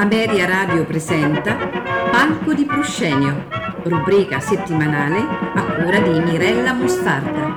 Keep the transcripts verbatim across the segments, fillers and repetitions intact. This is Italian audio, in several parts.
Ameria Radio presenta Palco di Proscenio, rubrica settimanale a cura di Mirella Mostarda.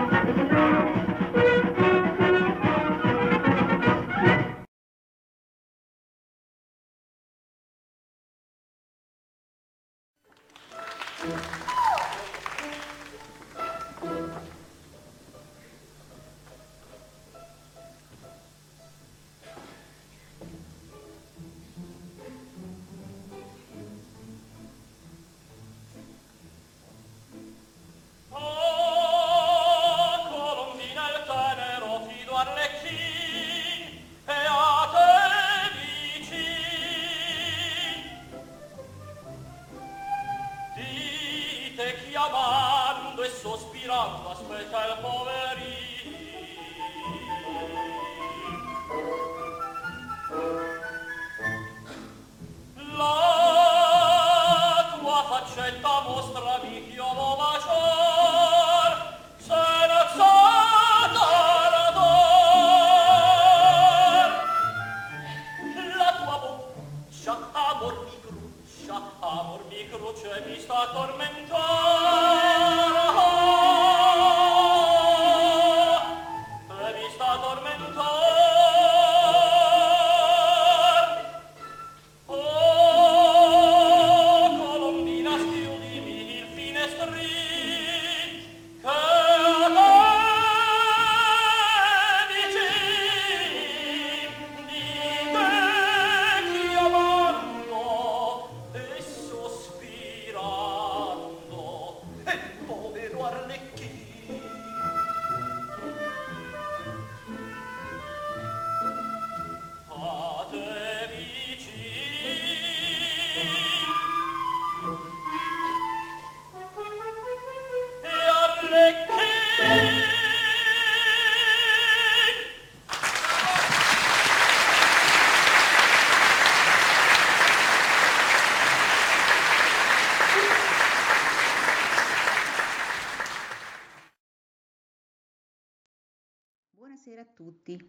Buonasera a tutti.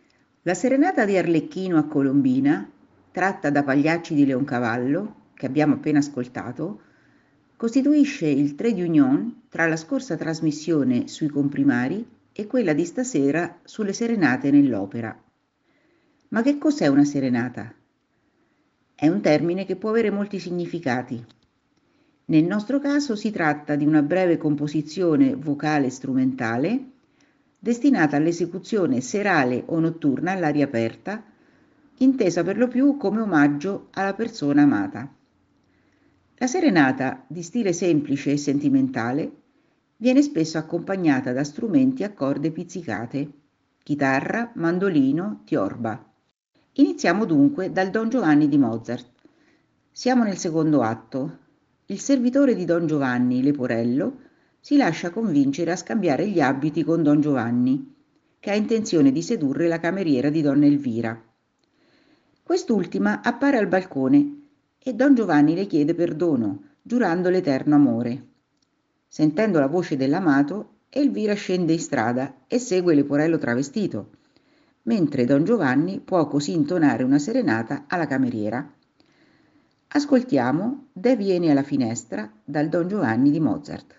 La serenata di Arlecchino a Colombina, tratta da Pagliacci di Leoncavallo, che abbiamo appena ascoltato, costituisce il trait d'union tra la scorsa trasmissione sui comprimari e quella di stasera sulle serenate nell'opera. Ma che cos'è una serenata? È un termine che può avere molti significati. Nel nostro caso si tratta di una breve composizione vocale strumentale destinata all'esecuzione serale o notturna all'aria aperta, intesa per lo più come omaggio alla persona amata. La serenata, di stile semplice e sentimentale, viene spesso accompagnata da strumenti a corde pizzicate, chitarra, mandolino, tiorba. Iniziamo dunque dal Don Giovanni di Mozart. Siamo nel secondo atto. Il servitore di Don Giovanni, Leporello, si lascia convincere a scambiare gli abiti con Don Giovanni, che ha intenzione di sedurre la cameriera di Donna Elvira. Quest'ultima appare al balcone e Don Giovanni le chiede perdono, giurando l'eterno amore. Sentendo la voce dell'amato, Elvira scende in strada e segue Leporello travestito, mentre Don Giovanni può così intonare una serenata alla cameriera. Ascoltiamo De vieni alla finestra dal Don Giovanni di Mozart.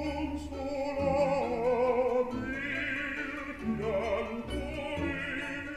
Bianco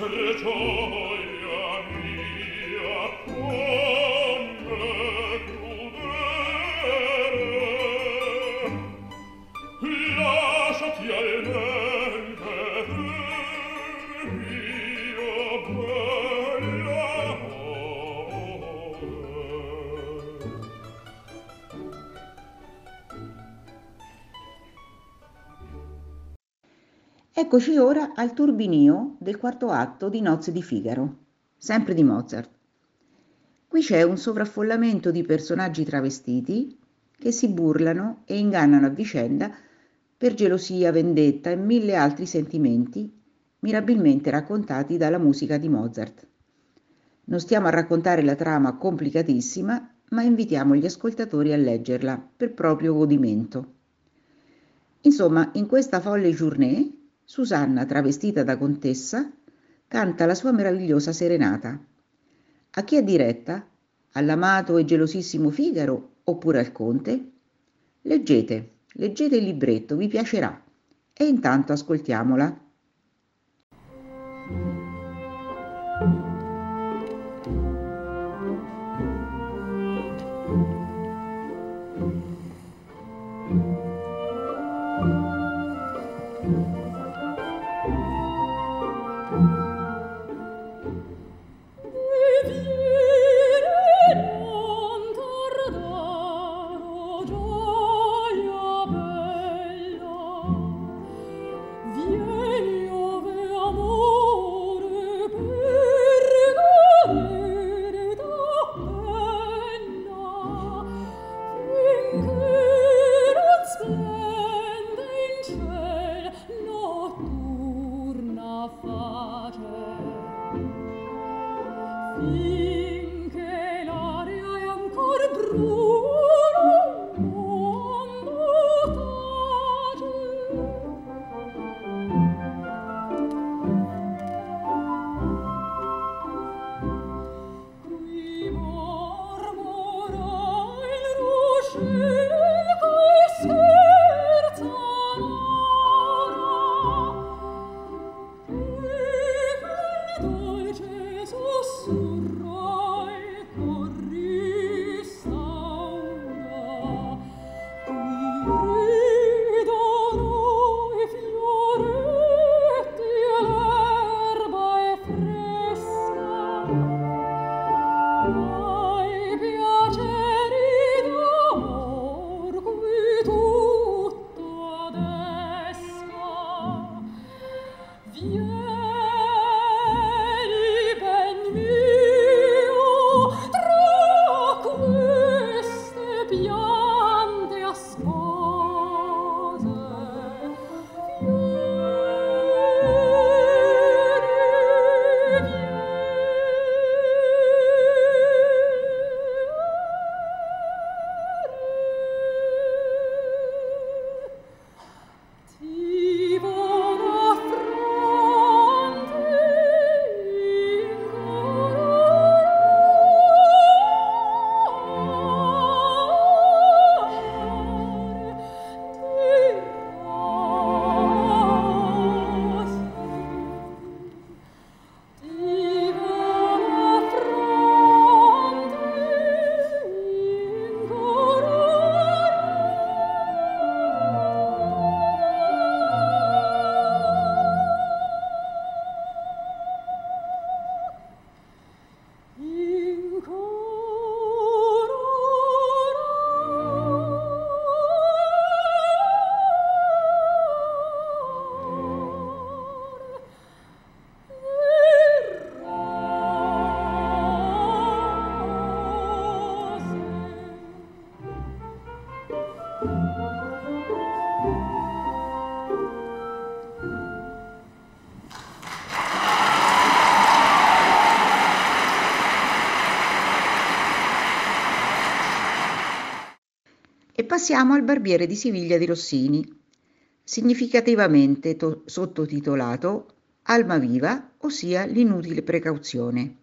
Eccoci ora al turbinio del quarto atto di Nozze di Figaro, sempre di Mozart. Qui c'è un sovraffollamento di personaggi travestiti che si burlano e ingannano a vicenda per gelosia, vendetta e mille altri sentimenti mirabilmente raccontati dalla musica di Mozart. Non stiamo a raccontare la trama complicatissima, ma invitiamo gli ascoltatori a leggerla per proprio godimento. Insomma, in questa folle journée, Susanna, travestita da contessa, canta la sua meravigliosa serenata. A chi è diretta? All'amato e gelosissimo Figaro oppure al conte? Leggete, leggete il libretto, vi piacerà. E intanto ascoltiamola. E passiamo al Barbiere di Siviglia di Rossini, significativamente to- sottotitolato Almaviva, ossia l'inutile precauzione.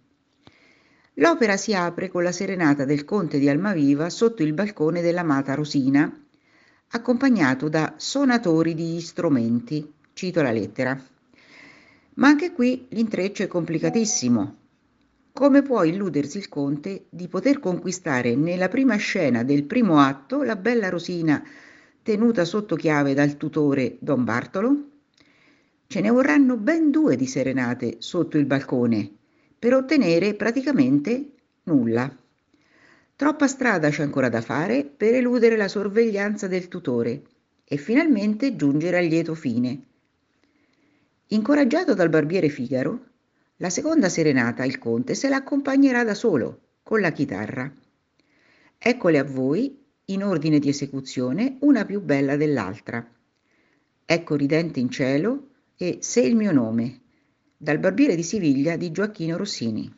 L'opera si apre con la serenata del conte di Almaviva sotto il balcone dell'amata Rosina, accompagnato da sonatori di strumenti, cito la lettera. Ma anche qui l'intreccio è complicatissimo. Come può illudersi il conte di poter conquistare nella prima scena del primo atto la bella Rosina tenuta sotto chiave dal tutore Don Bartolo? Ce ne vorranno ben due di serenate sotto il balcone per ottenere praticamente nulla. Troppa strada c'è ancora da fare per eludere la sorveglianza del tutore e finalmente giungere al lieto fine. Incoraggiato dal barbiere Figaro, la seconda serenata il conte se la accompagnerà da solo, con la chitarra. Eccole a voi, in ordine di esecuzione, una più bella dell'altra. Ecco ridente in cielo e Se il mio nome, dal barbiere di Siviglia di Gioacchino Rossini.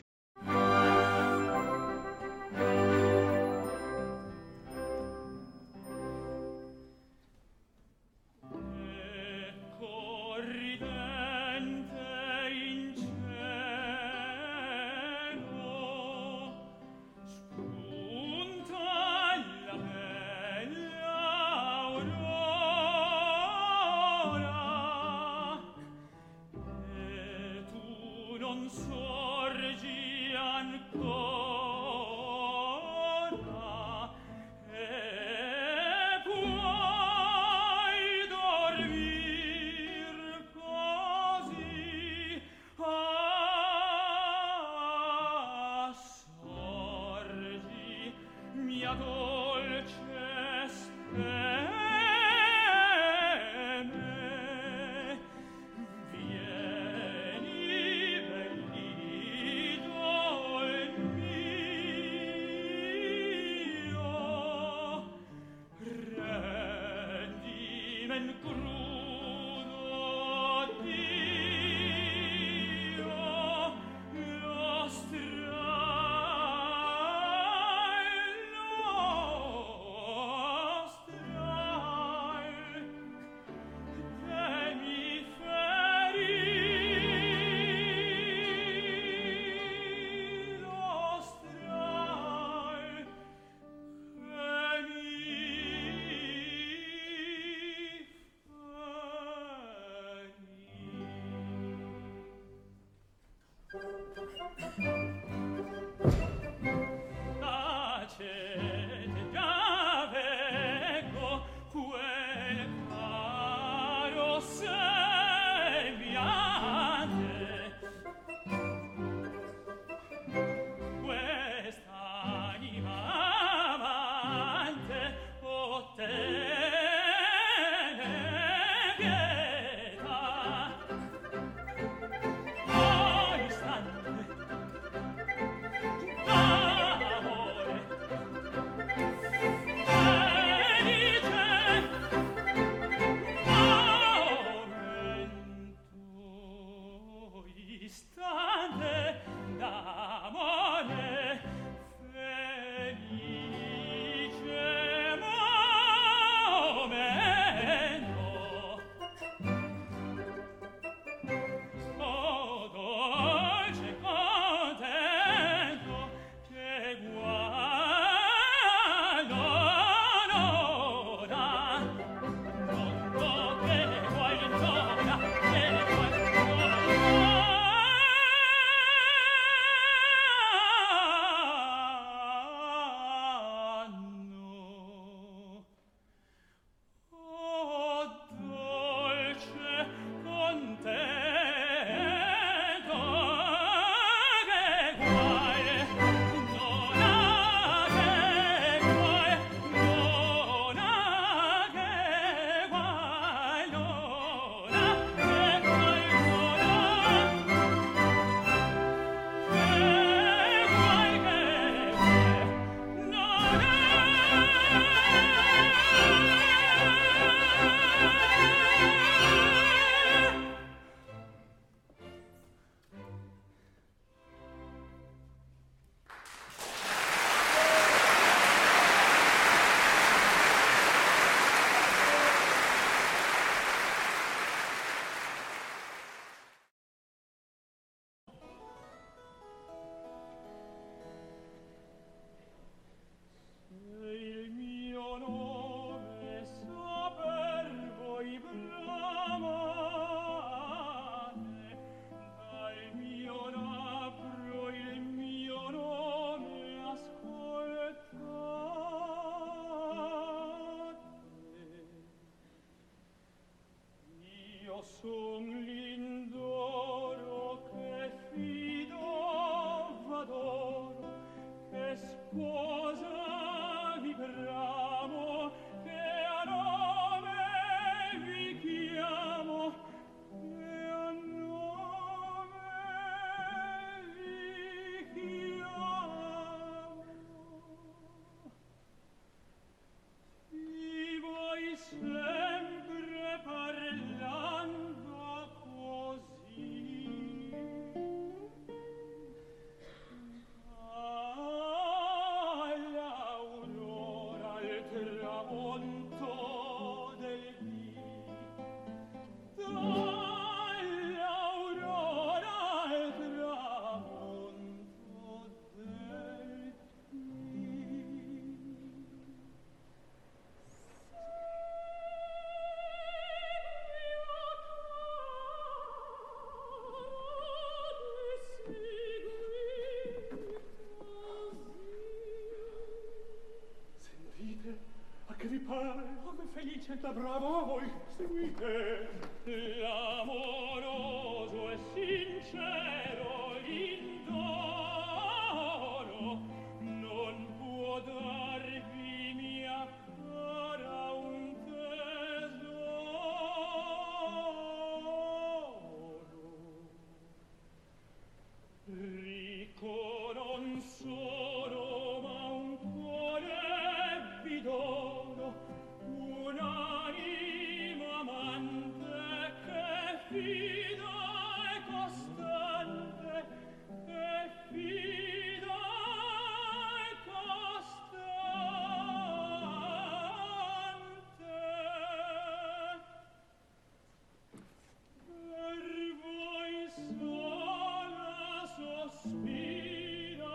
Non sorgi ancora e puoi dormir così. Ah, sorgi, mia dolce speme. Lo strano Da bravo voi seguite l'amoroso e sincero Lindoro non può darvi mia cara un tesoro ricco non solo ma un cuore vi dono un'anima amante che fida e costante e fida e costante per voi sola sospira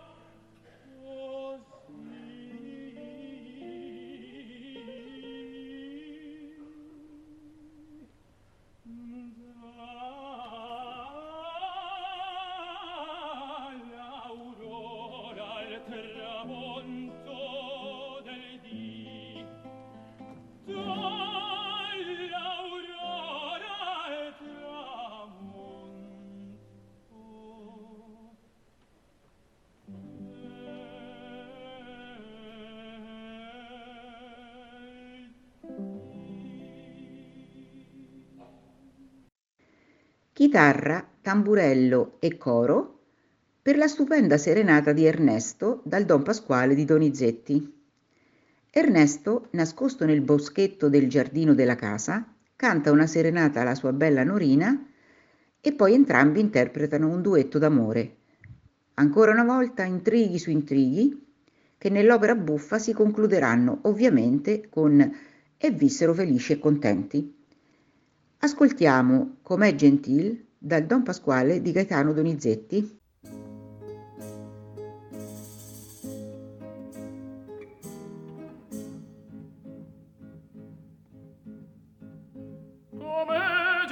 Chitarra, tamburello e coro per la stupenda serenata di Ernesto dal Don Pasquale di Donizetti. Ernesto, nascosto nel boschetto del giardino della casa, canta una serenata alla sua bella Norina e poi entrambi interpretano un duetto d'amore. Ancora una volta intrighi su intrighi che nell'opera buffa si concluderanno ovviamente con "e vissero felici e contenti". Ascoltiamo "Com'è gentil" dal Don Pasquale di Gaetano Donizetti. Com'è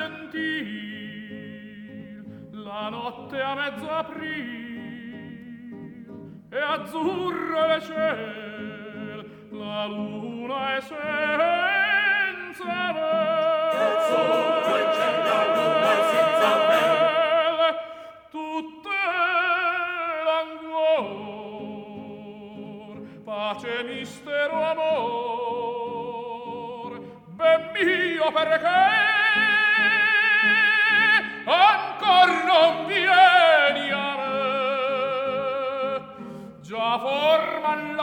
gentil la notte a mezzo april e azzurro le ciel, la luna è senza vel, azzurro il ciel, la luna è senza vel, tutte languor, pace, mistero, amor, ben mio perché ancor non vieni a me, già forman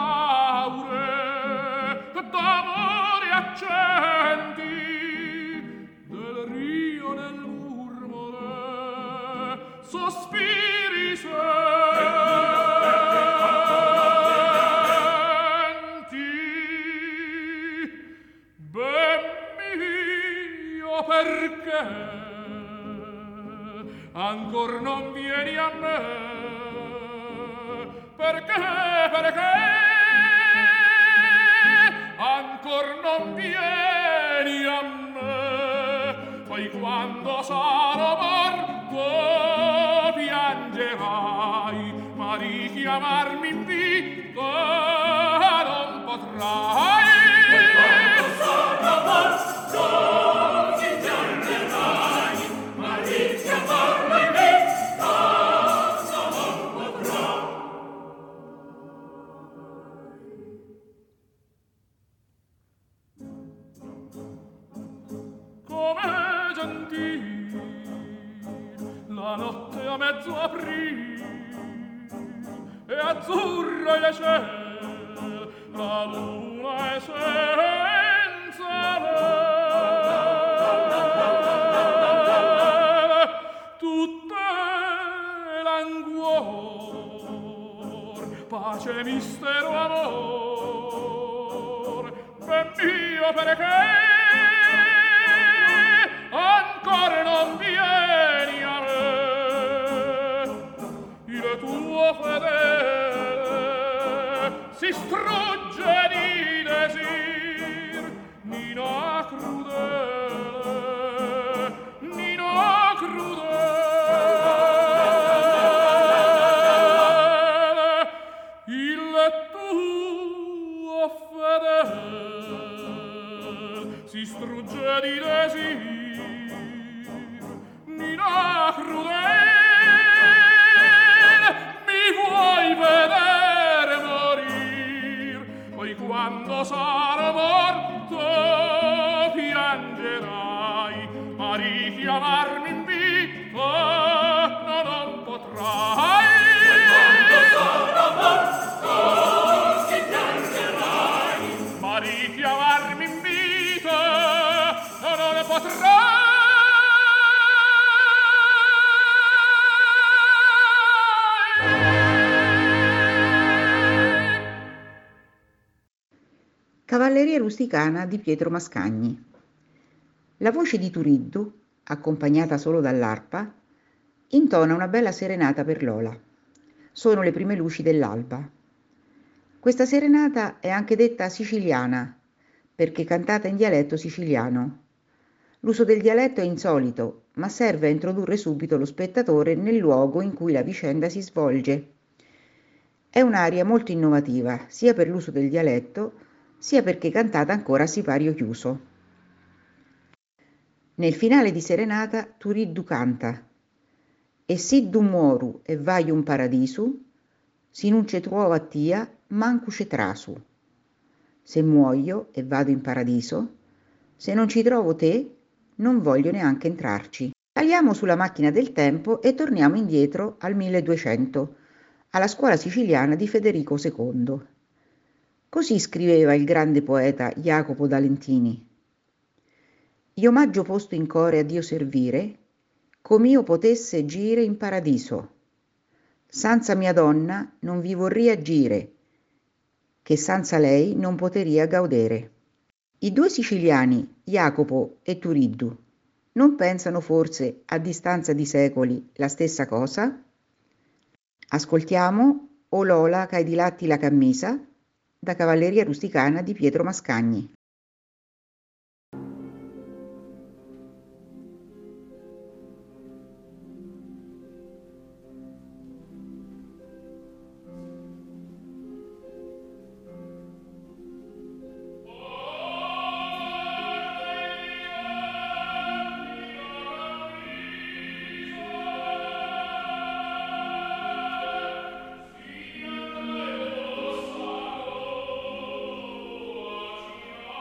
laure d'amore accenti del rio nel murmure sospiri senti ben mio perché ancor non vieni a me, perché, perché ancor non vieni a me, poi quando sarò morto piangerai, ma richiamarmi in vita non potrai, poi quando sarò morto ti piangerai. notte a mezzo aprì e azzurro il ciel, la luna è senza lei, tutte languor, pace, mistero, amor, ben mio perché ancora non vieni a me, il tuo fedele si strugge di desir, Nina crudele, Nina crudele, il tuo fedele si strugge di desir, Nina crudele, mi vuoi vedere morir, poi quando sarò morto piangerai, ma richiamarmi in vita no, non potrai. Poi quando sarò morto si piangerai, ma richiamarmi in vita no, non potrai. Cavalleria rusticana di Pietro Mascagni. La voce di Turiddu, accompagnata solo dall'arpa, intona una bella serenata per Lola. Sono le prime luci dell'alba. Questa serenata è anche detta siciliana, perché cantata in dialetto siciliano. L'uso del dialetto è insolito, ma serve a introdurre subito lo spettatore nel luogo in cui la vicenda si svolge. È un'aria molto innovativa, sia per l'uso del dialetto, sia perché cantata ancora a sipario chiuso. Nel finale di serenata Turiddu canta: «E si du muoru e vai un paradisu, si non ce trovo a tia, mancu ce trasu. Se muoio e vado in paradiso, se non ci trovo te, non voglio neanche entrarci». Saliamo sulla macchina del tempo e torniamo indietro al milleduecento, alla scuola siciliana di Federico secondo. Così scriveva il grande poeta Jacopo da Lentini: «Io maggio posto in core a Dio servire, com'io potesse gire in paradiso. Sanza mia donna non vi vorria gire, che sanza lei non poteria gaudere». I due siciliani, Jacopo e Turiddu, non pensano forse, a distanza di secoli, la stessa cosa? Ascoltiamo O Lola c'hai di latti la cammisa, da Cavalleria rusticana di Pietro Mascagni. Thank you.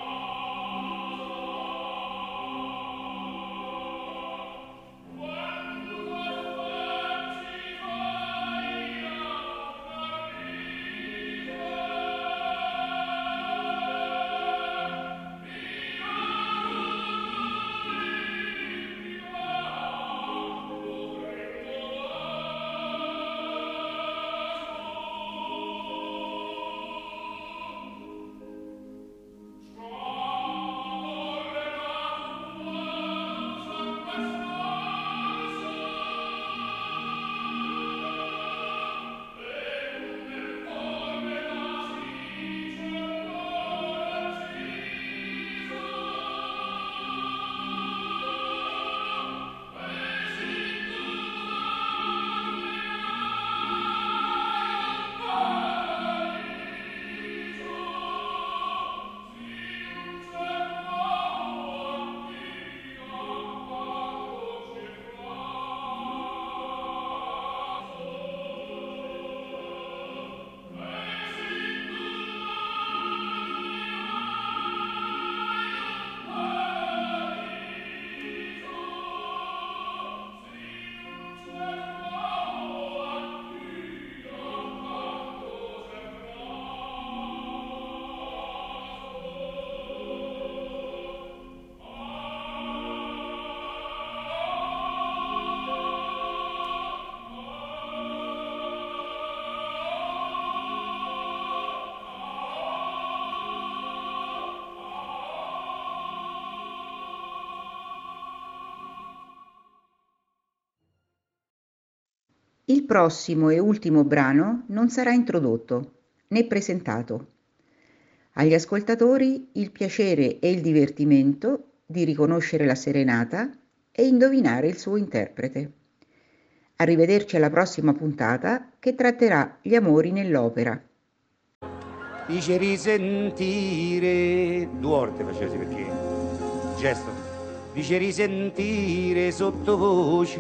Il prossimo e ultimo brano non sarà introdotto né presentato. Agli ascoltatori il piacere e il divertimento di riconoscere la serenata e indovinare il suo interprete. Arrivederci alla prossima puntata che tratterà gli amori nell'opera. Dice risentire, due volte faceva sì perché gesto, dice risentire sottovoce,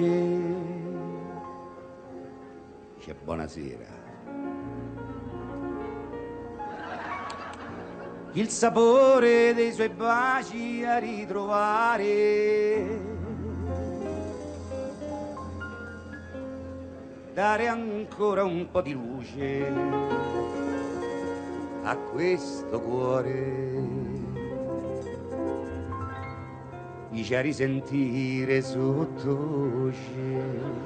dice buonasera, il sapore dei suoi baci a ritrovare, dare ancora un po' di luce a questo cuore, dice a risentire sottovoce.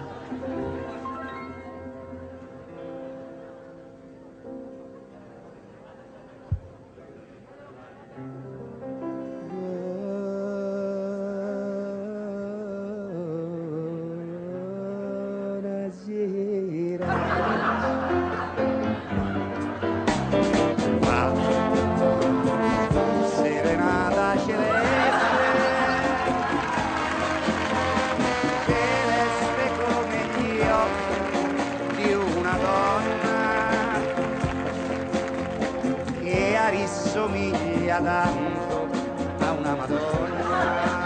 Somiglia tanto a una Madonna,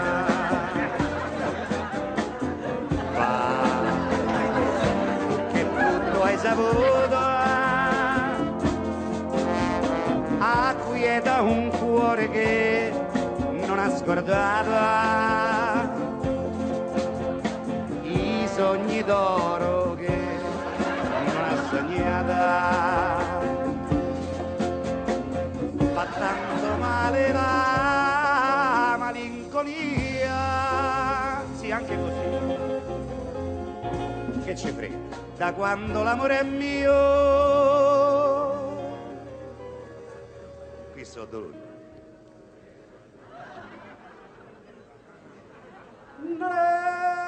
va che tutto hai saputo, acquieta un cuore che non ha scordato i sogni d'oro che non ha sognata. Fa tanto male la malinconia, sì anche così, che ci frega, da quando l'amore è mio, qui so dolore. Non è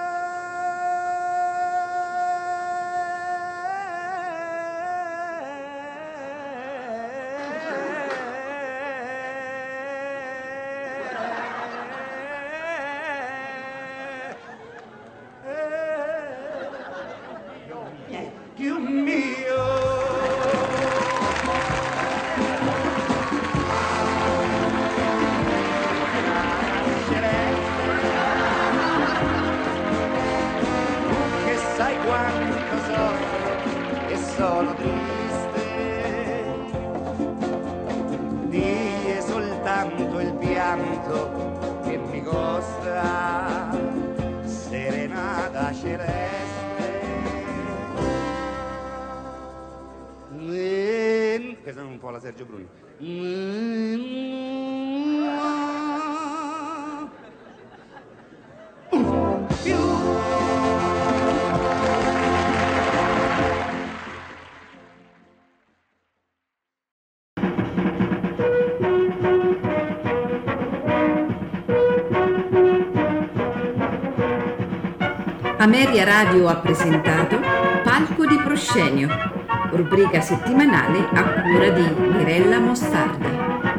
più mio, che sai quanto soffro e sono triste, di soltanto il pianto che mi costa serenata celeste. Questa è un po' la Sergio Bruni. Più. Ameria Radio ha presentato Palco di Proscenio, rubrica settimanale a cura di Mirella Mostarda.